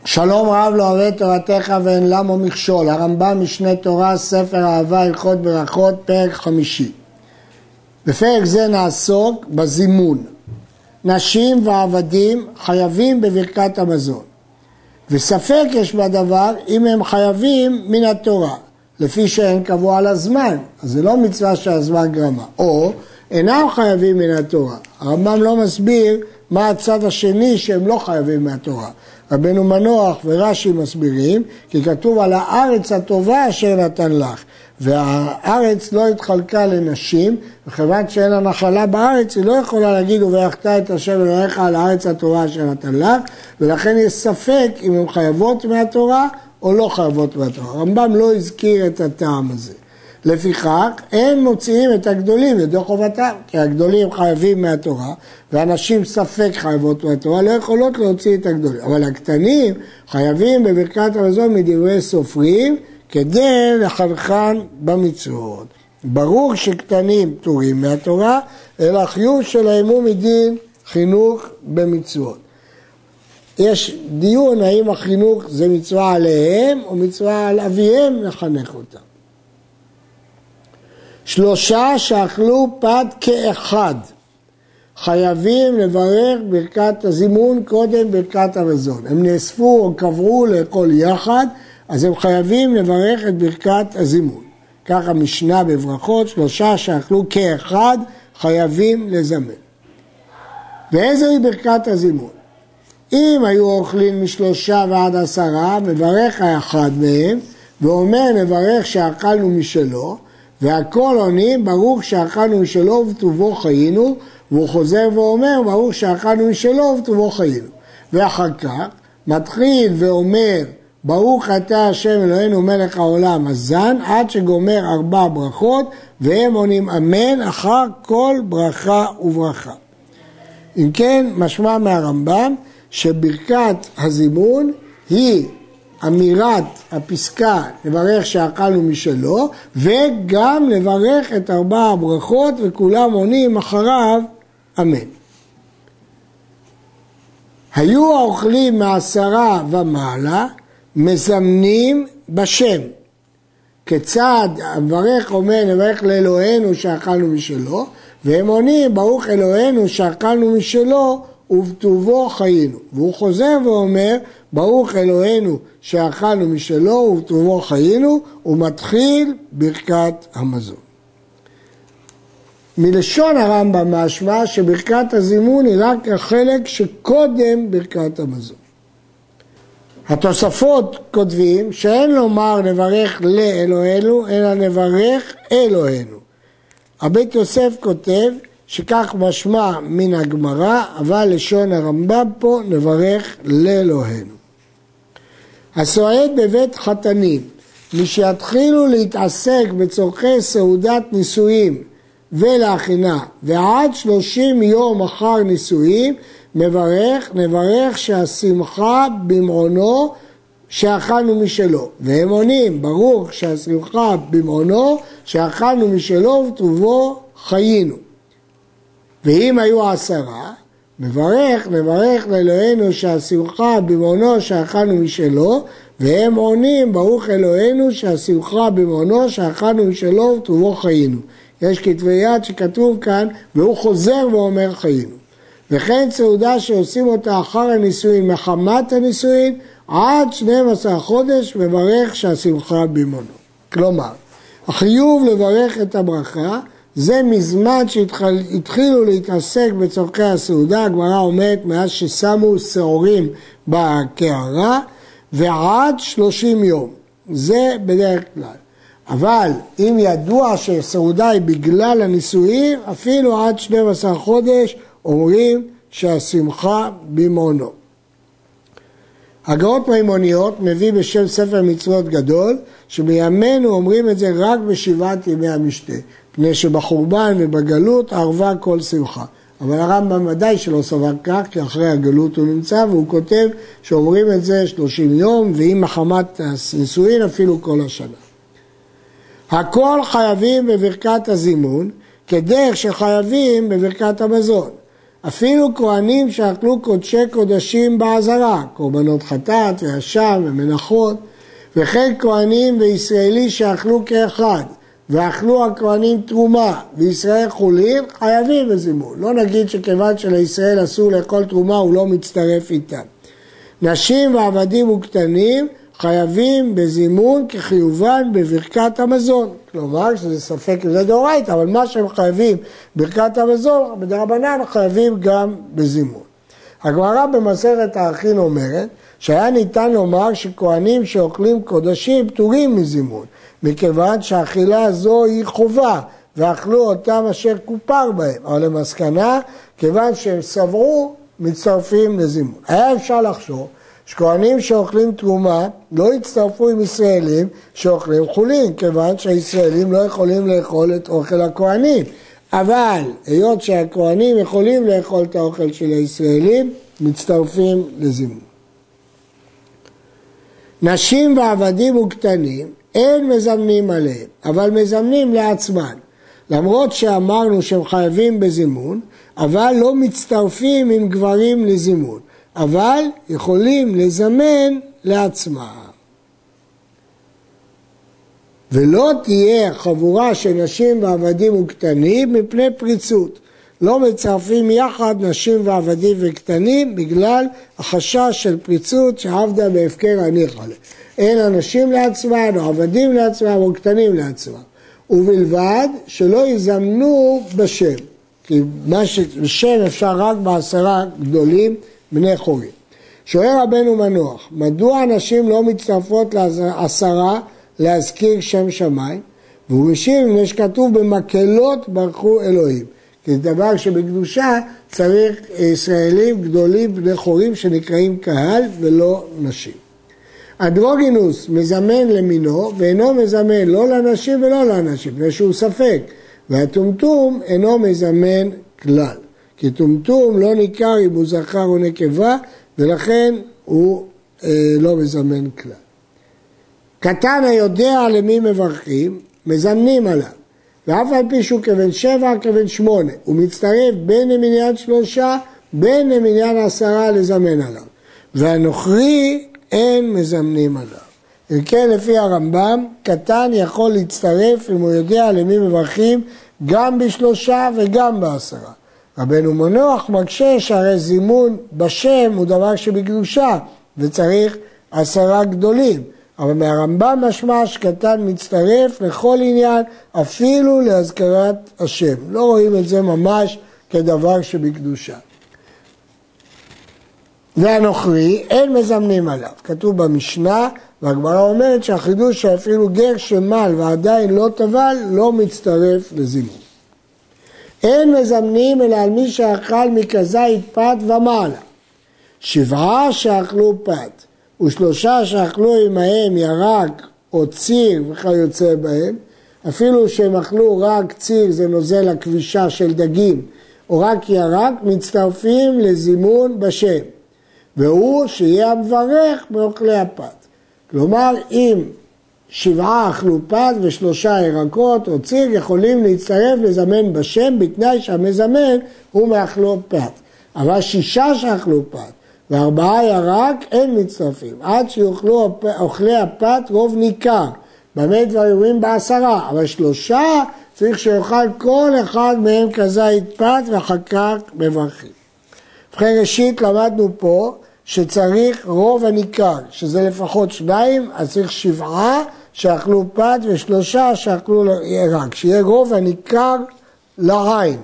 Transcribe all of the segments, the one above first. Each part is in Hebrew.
שלום רב לא אוהב תורתך ואין למו מכשול. הרמב"ם משנה תורה, ספר אהבה, הלכות ברכות, פרק 5. בפרק זה נעסוק בזימון. נשים ועבדים חייבים בברכת המזון. וספק יש בדבר אם הם חייבים מן התורה, לפי שאין קבוע על הזמן, אז זה לא מצווה שהזמן גרמה. או אינם חייבים מן התורה. הרמב"ם לא מסביר מה הצד השני שהם לא חייבים מהתורה. רבנו מנוח ורש"י מסבירים, כי כתוב על הארץ הטובה אשר נתן לך, והארץ לא התחלקה לנשים, וכיוון שאין לה נחלה בארץ, היא לא יכולה להגיד וברכת את השם אלוהיך על הארץ הטובה אשר נתן לך, ולכן יש ספק אם הן חייבות מהתורה או לא חייבות מהתורה. הרמב"ם לא הזכיר את הטעם הזה. לפיכך, אין מוציאים את הגדולים ידי חובתם, כי הגדולים חייבים מהתורה, ואנשים ספק חייבות מהתורה, לא יכולות להוציא את הגדולים. אבל הקטנים חייבים בברכת המזון מדברי סופרים, כדי לחנכן במצוות. ברור שקטנים פטורים מהתורה, אלא חיוב שלהם הוא מדין חינוך במצוות. יש דיון האם החינוך זה מצווה עליהם, או מצווה על אביהם לחנך אותם. 3 שאכלו פת כאחד, חייבים לברך ברכת הזימון קודם ברכת המזון. הם נאספו או קברו לאכול יחד, אז הם חייבים לברך את ברכת הזימון. ככה משנה בברכות, 3 שאכלו כאחד, חייבים לזמן. ואיזו היא ברכת הזימון? אם היו אוכלים מ3 ועד 10, מברך האחד מהם, ואומר נברך שאכלנו משלו, והכל עונים ברוך שאכלנו משלו ובטובו חיינו, והוא חוזר ואומר ברוך שאכלנו משלו ובטובו חיינו. ואחר כך מתחיל ואומר ברוך אתה השם אלוהינו מלך העולם הזן, עד שגומר 4 ברכות, והם עונים אמן אחר כל ברכה וברכה. אם כן, משמע מהרמב"ם שברכת הזימון היא אמירת הפסקה לברך שאכלנו משלו, וגם לברך את 4 הברכות, וכולם עונים אחריו אמן. היו האוכלים מ10 ומעלה, מזמנים בשם. כיצד המברך אומר נברך לאלוהינו שאכלנו משלו, והם עונים ברוך אלוהינו שאכלנו משלו ובטובו חיינו. והוא חוזר ואומר ברוך אלוהינו שאכלנו משלו ובטובו חיינו, ומתחיל ברכת המזון. מלשון הרמב"ם משמע שברכת הזימון היא רק החלק שקודם ברכת המזון. התוספות כותבים שאין לומר נברך לאלוהינו, אלא נברך אלוהינו. הבית יוסף כותב שכך משמע מן הגמרא, אבל לשון הרמב"ם פה נברך לאלוהינו. הסועד בבית חתנים, מי שיתחילו להתעסק בצורכי סעודת נישואים ולהכינה, ועד 30 יום אחר נישואים, נברך שהשמחה במעונו שאכלנו משלו. והם עונים ברוך שהשמחה במעונו שאכלנו משלו ובטובו חיינו. ואם היו 10, נברך לאלוהינו שהשמחה במעונו שאכלנו משלו, והם עונים ברוך אלוהינו שהשמחה במעונו שאכלנו משלו ובטובו חיינו. יש כתבי יד שכתוב כאן והוא חוזר ואומר חיינו. וכן סעודה שעושים אותה אחר הנישואין מחמת הנישואין, עד 12 חודש מברך שהשמחה במעונו. כלומר, החיוב לברך את הברכה זה מזמן שהתחילו להתעסק בצורכי הסעודה. הגמרא אומרת מאז ששמו שעורים בקערה ועד 30 יום. זה בדרך כלל. אבל אם ידוע שסעודה היא בגלל הנישואים, אפילו עד 12 חודש אומרים שהשמחה במעונו. הגאות מימוניות מביא בשם ספר מצוות גדול, שבימינו אומרים את זה רק ב7 ימי המשתה, פני שבחורבן ובגלות ערבה כל שמחה. אבל הרמב"ם ודאי שלא סבר כך, כי אחרי הגלות הוא נמצא, והוא כותב שאומרים את זה 30 יום, ואם מחמת הנישואין אפילו כל השנה. הכל חייבים בברכת הזימון, כדרך שחייבים בברכת המזון. אפילו כהנים שאכלו קודשי קודשים בעזרה, קורבנות חטאת ואשם ומנחות, וכן כהנים וישראלי שאכלו כאחד, ואכלו הכהנים תרומה וישראל חולין, חייבים בזימון. לא נגיד שכיוון שלישראל אסור לאכול תרומה הוא לא מצטרף איתם. נשים ועבדים וקטנים חייבים בזימון כחיובן בברכת המזון. כלומר, שזה ספק זה דאורייתא, אבל מה שהם חייבים בברכת המזון, בדרבנן חייבים גם בזימון. הגמרא במסכת האחים אומרת שהיה ניתן לומר שכהנים שאוכלים קודשים פטורים מזימון, מכיוון שהאכילה הזו היא חובה, ואכלו אותם אשר כופר בהם, אבל למסקנה, כיוון שהם סברו, מצטרפים לזימון. היה אפשר לחשוב שכהנים שאוכלים תרומה לא יצטרפו עם ישראלים שאוכלים חולין, כיוון שהישראלים לא יכולים לאכול את אוכל הכהנים. אבל היות שהכהנים יכולים לאכול את האוכל של הישראלים, מצטרפים לזימון. נשים ועבדים וקטנים אין מזמנים עליהם, אבל מזמנים לעצמן. למרות שאמרנו שהם חייבים בזימון, אבל לא מצטרפים עם גברים לזימון. אבל יכולים לזמן לעצמם. ולא תהיה חבורה של נשים ועבדים וקטנים מפני פריצות. לא מצרפים יחד נשים ועבדים וקטנים בגלל החשש של פריצות שעבדה בהפקר הניחא ליה. אין אנשים לעצמם, או עבדים לעצמם, או קטנים לעצמם. ובלבד שלא יזמנו בשם. כי בשם אפשר רק בעשרה גדולים בני חורים. שואל רבנו מנוח, מדוע הנשים לא מצטרפות לעשרה להזכיר שם שמיים? והוא משיב מפני שכתוב במקהלות ברכו אלוהים. כי זה דבר שבקדושה צריך ישראלים גדולים בני חורים שנקראים קהל ולא נשים. אנדרוגינוס מזמן למינו ואינו מזמן לא לנשים ולא לאנשים, מפני שהוא ספק. והטומטום אינו מזמן כלל. כי טומטום לא ניכר אם הוא זכר או נקבה, ולכן הוא לא מזמן כלל. קטן היודע למי מברכים, מזמנים עליו. ואף על פי שהוא כבן 7 כבן 8, הוא מצטרף בין למניין 3, בין למניין 10 לזמן עליו. והנוכרי אין מזמנים עליו. אם כן, לפי הרמב"ם, קטן יכול להצטרף אם הוא יודע למי מברכים גם ב3 וגם ב10. רבנו מנוח מקשה שהרי זימון בשם הוא דבר שבקדושה וצריך 10 גדולים. אבל מהרמב"ם משמע שקטן מצטרף לכל עניין, אפילו להזכרת השם. לא רואים את זה ממש כדבר שבקדושה. והנוכרי אין מזמנים עליו. כתוב במשנה, והגמרא אומרת שהחידוש שאפילו גר שמל ועדיין לא טבל, לא מצטרף לזימון. אין מזמנים אלא על מי שאכל מכזית פת ומעלה. 7 שאכלו פת ו3 שאכלו עמהם ירק או ציר וכיוצא בהם, אפילו שהם אכלו רק ציר, זה נוזל הכבישה של דגים, או רק ירק, מצטרפים לזימון בשם. והוא שיהיה המברך באוכלי הפת. כלומר, אם 7 אכלו פת ו3 ירקות או ציר, יכולים להצטרף לזמן בשם, בתנאי שהמזמן הוא מאכלו פת. אבל 6 שאכלו פת ו4 ירק אין מצטרפים, עד שיוכלו אוכלי הפת רוב ניכר. באמת דברים ב10, אבל 3 צריך שיאכל כל אחד מהם כזית פת ואחר כך מברכים. ובכן ראשית למדנו פה שצריך רוב הניכר, שזה לפחות 2, אז צריך 7 שאכלו פת ו3 שאכלו ירק, שיהיה רוב הניכר לעין.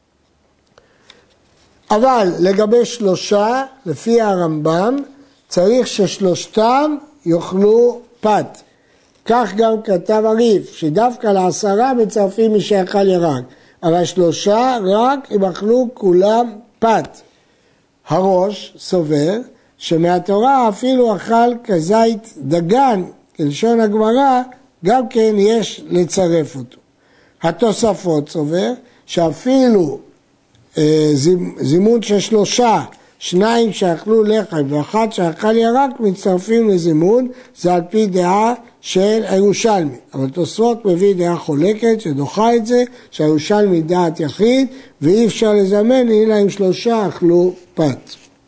אבל לגבי 3, לפי הרמב"ם, צריך ששלושתם יאכלו פת. כך גם כתב הריף, שדווקא ל10 מצרפים מי שאכל ירק, אבל 3 רק אם אכלו כולם פת. הראש סובר שמהתורה אפילו אכל כזית דגן, כלשון הגמרא, גם כן יש לצרף אותו. התוספות סובר שאפילו זימון של 3 2 שאכלו לחם ואחד שאכל ירק מצטרפים לזימון, זה על פי דעה של הירושלמי. אבל תוספות מביא דעה חולקת שדוחה את זה, שהירושלמי דעת יחיד ואי אפשר לזמן אלא אם 3 אכלו פת.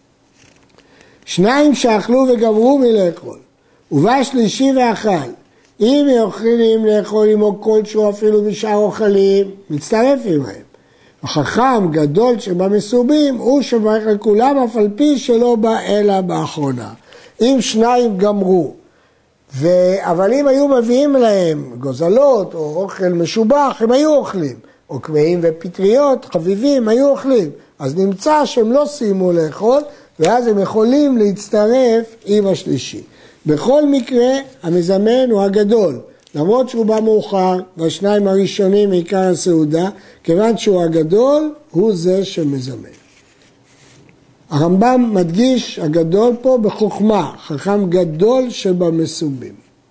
2 שאכלו וגמרו מלאכול, ובא שלישי ואכל, אם יכולים לאכול עמו כלשהו אפילו בשאר אוכלים, מצטרף עמהם. החכם גדול שבמסובים הוא שברך לכולם אף על פי שלא בא אלא באחרונה. אם 2 גמרו, אבל אם היו מביאים להם גוזלות או אוכל משובח, הם היו אוכלים, או קמעים ופטריות חביבים היו אוכלים, אז נמצא שהם לא סיימו לאכול, ואז הם יכולים להצטרף עם השלישי. בכל מקרה המזמן הוא הגדול, למרות שהוא בא מאוחר, והשניים הראשונים מעיקר הסעודה, כיוון שהוא הגדול, הוא זה שמזמן. הרמב"ם מדגיש הגדול פה בחוכמה, חכם גדול שבמסובים.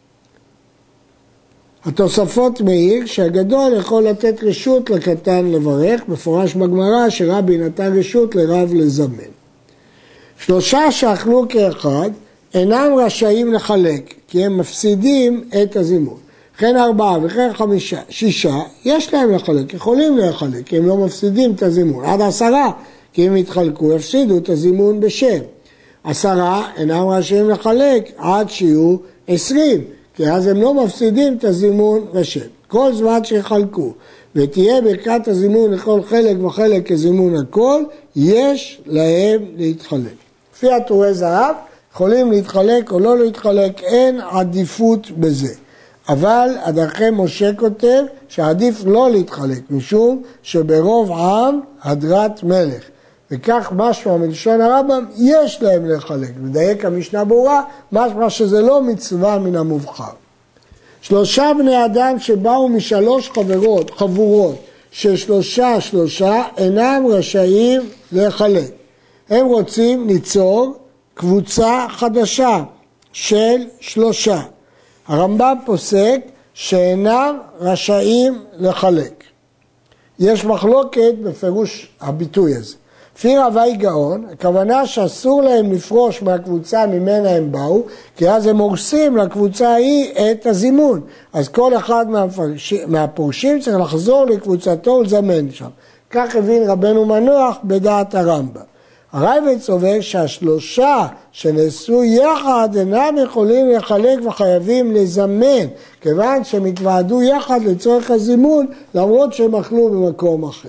התוספות מעיר שהגדול יכול לתת רשות לקטן לברך, מפורש בגמרא שרבי נתן רשות לרב לזמן. 3 שאכלו כאחד אינם רשאים לחלק, כי הם מפסידים את הזימון. וכן 4 וכן 5, 6, יש להם לחלק, יכולים לחלק, כי הם לא מפסידים את הזימון. עד 10, כי אם יתחלקו, יפסידו את הזימון בשם. 10 אינם רשאים לחלק עד שיהיו 20, כי אז הם לא מפסידים את הזימון בשם. כל זמן שיחלקו, ותהיה ברכת הזימון לכל חלק וחלק כזימון הכל, יש להם להתחלק. לפי הטורי זהב, יכולים להתחלק או לא להתחלק, אין עדיפות בזה. אבל הדרכי משה כותב שעדיף לא להתחלק, משום שברוב עם הדרת מלך. וכך משמע מלשון הרמב"ם, יש להם לחלק. מדייק המשנה ברורה, משמע שזה לא מצווה מן המובחר. 3 בני אדם שבאו מ3 חבורות, ש3 אינם רשאים לחלק. הם רוצים ליצור קבוצה חדשה של 3. הרמב"ם פוסק שאינם רשאים לחלק. יש מחלוקת בפירוש הביטוי הזה. לפי רבי גאון, הכוונה שאסור להם לפרוש מהקבוצה ממנה הם באו, כי אז הם הורסים לקבוצה ההיא את הזימון. אז כל אחד מהפורשים צריך לחזור לקבוצתו ולזמן שם. כך הבין רבנו מנוח בדעת הרמב"ם. הרייבד סובר שה3 שנעשו יחד אינם יכולים לחלק וחייבים לזמן, כיוון שהם התוועדו יחד לצורך הזימון, למרות שהם אכלו במקום אחר.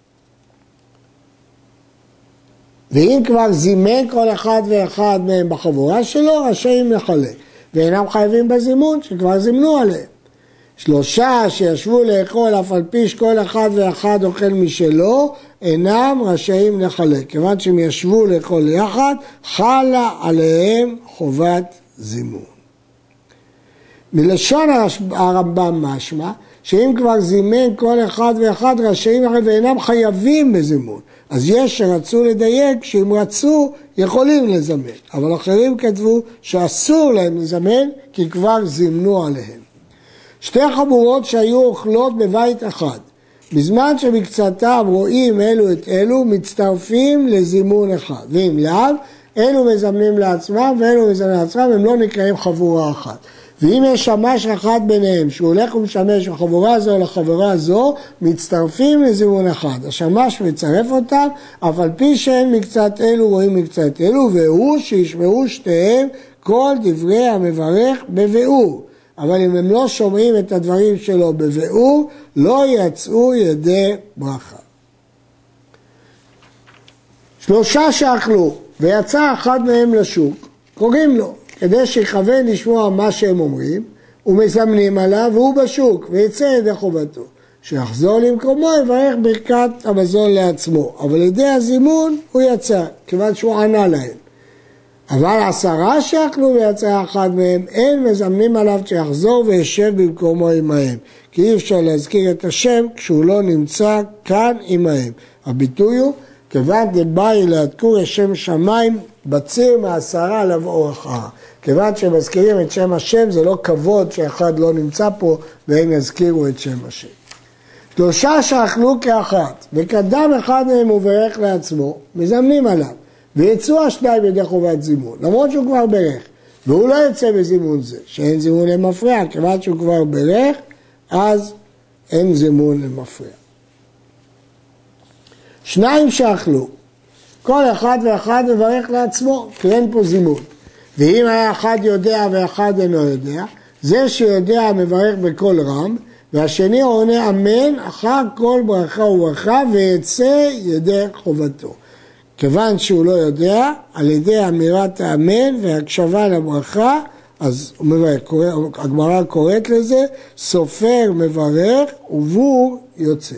ואם כבר זימן כל אחד ואחד מהם בחבורה שלו, רשאים לחלק, ואינם חייבים בזימון שכבר זימנו עליהם. 3 שישבו לאכול אף על פי שכל אחד ואחד אוכל משלו, אינם רשאים לחלק. כיוון שהם ישבו לאכול יחד, חלה עליהם חובת זימון. מלשון הרמב"ם משמע, שאם כבר זימן כל אחד ואחד רשאים לחלק ואינם חייבים בזימון. אז יש שרצו לדייק שאם רצו יכולים לזמן, אבל אחרים כתבו שאסור להם לזמן כי כבר זימנו עליהם. 2 חבורות שהיו אוכלות בבית אחד, בזמן שבקצתם רואים אלו את אלו, מצטרפים לזימון אחד, ואם לאו, אלו מזמנים לעצמם ואלו מזמנים לעצמם, הם לא נקראים חבורה אחת. ואם יש שמש אחד ביניהם, שהוא הולך ומשמש לחבורה זו או לחבורה זו, מצטרפים לזימון אחד. השמש מצרף אותם, אף על פי שאין מקצת אלו רואים מקצת אלו, והוא שישמעו שתיהם כל דברי המברך בביאור. אבל אם הם לא שומעים את הדברים שלו בביאור, לא יצאו ידי ברכה. 3 שאכלו, ויצא אחד מהם לשוק, קוראים לו, כדי שיכוון לשמוע מה שהם אומרים, ומזמנים עליו, והוא בשוק, ויצא ידי חובתו. שיחזור למקומו, יברך ברכת המזון לעצמו. אבל ידי הזימון הוא יצא, כיוון שהוא ענה להם. אבל 10 שאכלו ויצא אחד מהם, אין מזמנים עליו שיחזור וישב במקומו עמהם. כי אי אפשר להזכיר את השם כשהוא לא נמצא כאן עמהם. הביטוי הוא, כיוון דבאי להדקור השם שמיים, בציר מ10 לבוא אחר. כיוון שמזכירים את שם השם, זה לא כבוד שאחד לא נמצא פה, והם יזכירו את שם השם. 3 שאכלו כאחת, וקדם אחד מהם וברך לעצמו, מזמנים עליו. ויצאו השניים ידי חובת זימון, למרות שהוא כבר ברך, והוא לא יוצא בזימון זה, שאין זימון למפריע, כיוון שהוא כבר ברך, אז אין זימון למפריע. שניים שאכלו, כל אחד ואחד מברך לעצמו, כי אין פה זימון. ואם היה אחד יודע ואחד אינו יודע, זה שיודע מברך בכל רם, והשני עונה אמן אחר כל ברכה וברכה ויצא ידי חובתו. כיוון שהוא לא יודע, על ידי אמירת האמן והקשבה לברכה, אז הגמרא קוראת לזה, סופר מברך ובור יוצא.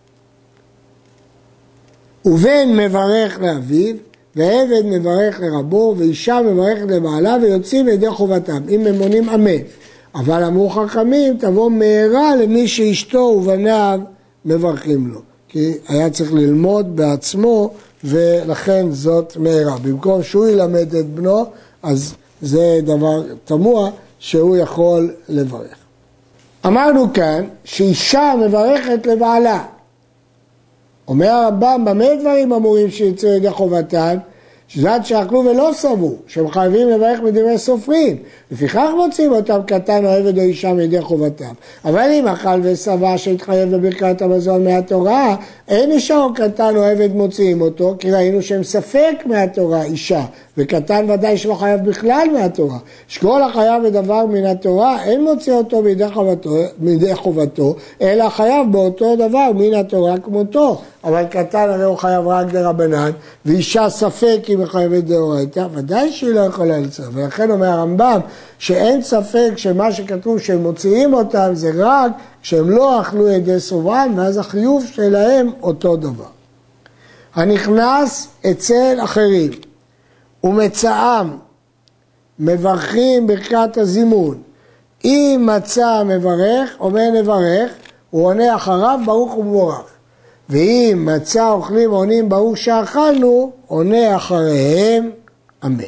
ובן מברך לאביו, ועבד מברך לרבו, ואישה מברכת לבעלה, ויוצאים ידי חובתם, אם הם עונים אמן. אבל אמרו חכמים, תבוא מהרה למי שאשתו ובניו מברכים לו. כי היה צריך ללמוד בעצמו, ולכן זאת מהרה. במקום שהוא ילמד את בנו, אז זה דבר תמוה שהוא יכול לברך. אמרנו כאן שאישה מברכת לבעלה. אומר הרמב"ם, במה דברים אמורים שיצאו ידי חובתם? שזאת שאכלו ולא סבו, שהם חייבים לברך מדברי סופרים. לפיכך מוצאים אותם קטן או עבד או אישה מידי חובתם. אבל אם אכל וסבא שהתחייב בברכת המזון מהתורה, אין אישה או קטן או עבד מוצאים אותו, כי ראינו שהם ספק מהתורה אישה, וקטן ודאי שלא חייב בכלל מהתורה. שכל החייב בדבר מן התורה, אין מוציא אותו מידי חובתו, אלא חייב באותו דבר מן התורה כמותו. אבל קטן הרי הוא חייב רק דרבנן, ואישה ספק אם היא חייבת דאורייתא, ודאי שהיא לא יכולה לצרף. ולכן אומר הרמב"ם שאין ספק שמה שכתוב שהם מוציאים אותם זה רק כשהם לא אכלו ידי סובען, ואז החיוב שלהם אותו דבר. הנכנס אצל אחרים ומצאם מברכים ברכת הזימון. אם מצא מברך, אומר נברך, הוא עונה אחריו ברוך ומבורך. ואם מצא אוכלים עונים ברוך שאכלנו, עונה אחריהם אמן.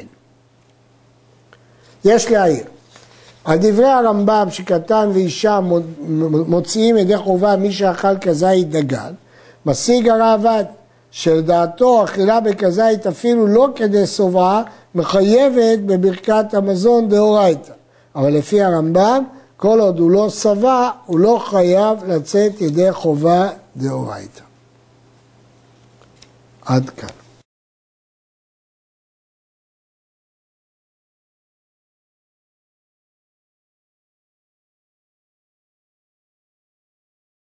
יש להעיר, על דברי הרמב"ם שקטן ואישה מוציאים ידי חובה מי שאכל כזית דגן, משיג הראב"ד שלדעתו אכילה בכזית אפילו לא כדי סובעה, מחייבת בברכת המזון דאורייתא. אבל לפי הרמב"ם, כל עוד הוא לא שבע, הוא לא חייב לצאת ידי חובה דאורייתא. עד כאן.